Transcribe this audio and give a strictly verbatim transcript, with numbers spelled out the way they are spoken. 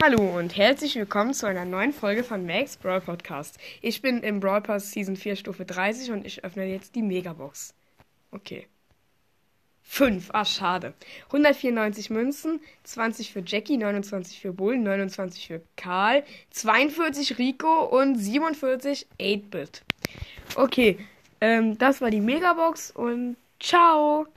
Hallo und herzlich willkommen zu einer neuen Folge von Max Brawl Podcast. Ich bin im Brawl Pass Season vier Stufe dreißig und ich öffne jetzt die Megabox. Okay. fünf. Ah, schade. hundertvierundneunzig Münzen, zwanzig für Jackie, neunundzwanzig für Bull, neunundzwanzig für Karl, zweiundvierzig Rico und siebenundvierzig acht-Bit. Okay, ähm, das war die Megabox und ciao!